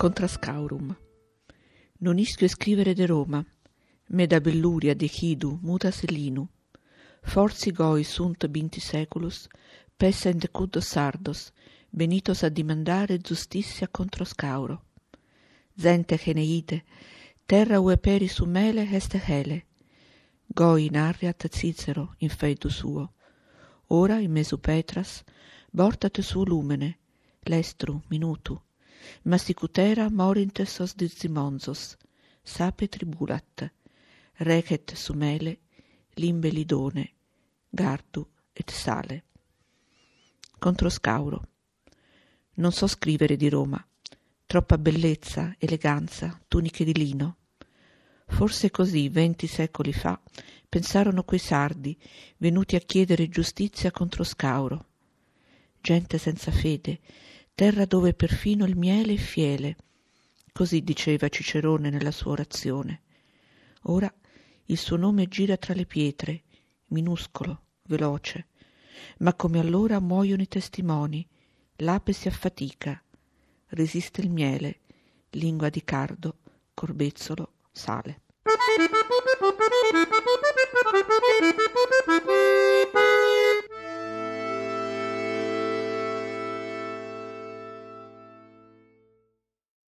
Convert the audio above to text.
Contrascaurum. Non ischio scrivere de Roma, me da belluria decidu muta selinu. Forzi goi sunt binti seculus, pessent cud sardos, benitos addimandare giustizia controscauro. Zente geneide, terra ue peri su mele est hele. Goi narriat Cicero in feidu suo. Ora in mesu petras, bortat suo lumene, lestru minutu, masticutera morint sos dizimonzos, sape tribulat, recet sumele, limbe lidone, gardu et sale. Controscauro. Non so scrivere di Roma, troppa bellezza, eleganza, tuniche di lino. Forse così 20 secoli fa pensarono quei sardi venuti a chiedere giustizia contro Scauro. Gente senza fede, terra dove perfino il miele è fiele, così diceva Cicerone nella sua orazione. Ora il suo nome gira tra le pietre, minuscolo, veloce, ma come allora muoiono i testimoni, l'ape si affatica, resiste il miele, lingua di cardo, corbezzolo, sale.